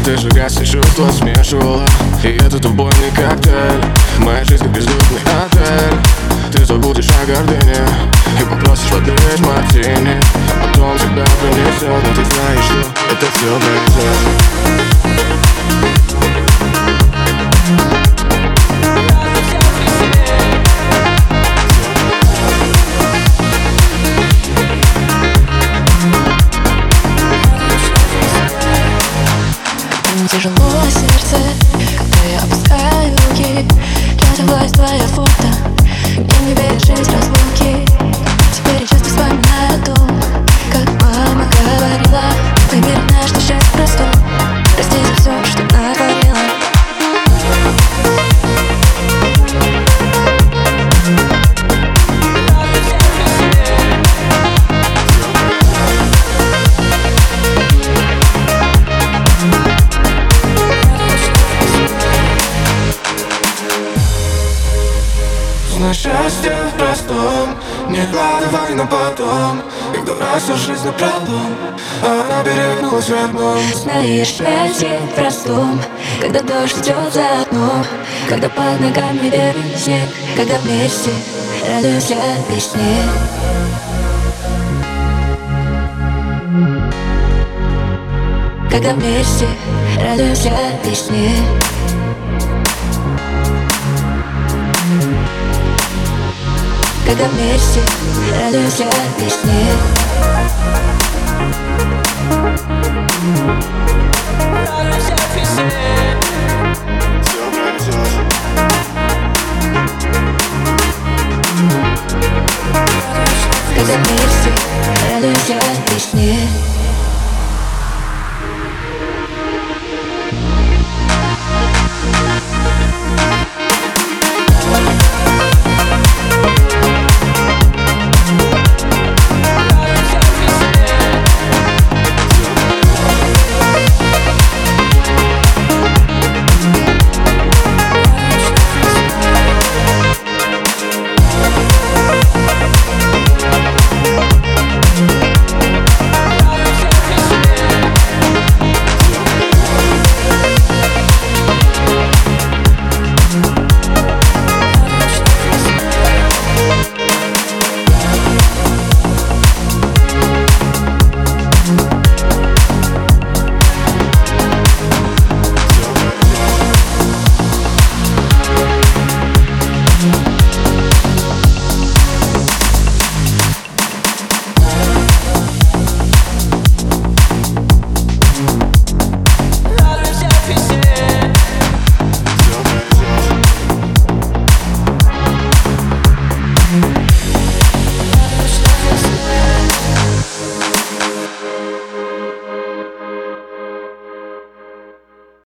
ты же гасишь чувства, смешивала. И этот убойный коктейль, моя жизнь как бездушный отель. Ты забудешь о гордыне и попросишь воды мартини, а потом тебя принесет, но ты знаешь, что это все пройдет. Тяжело сердце, когда я опускаю руки. Я власть твоя фото, мне не пережить разлуки. Теперь я часто вспоминаю о том, как мама говорила: выбери наш счастье просто, прости за все, что натворила. На счастье в простом, не откладывай на потом. Когда растешь жизнь напролом, а она перевернулась в одном. Знаешь, счастье в простом, когда дождь идет за окном, когда под ногами белый снег, когда вместе радуемся весне. Когда вместе радуемся весне. Когда вместе радуемся весне. Радуемся весне. Все пройдет. Когда вместе радуемся весне.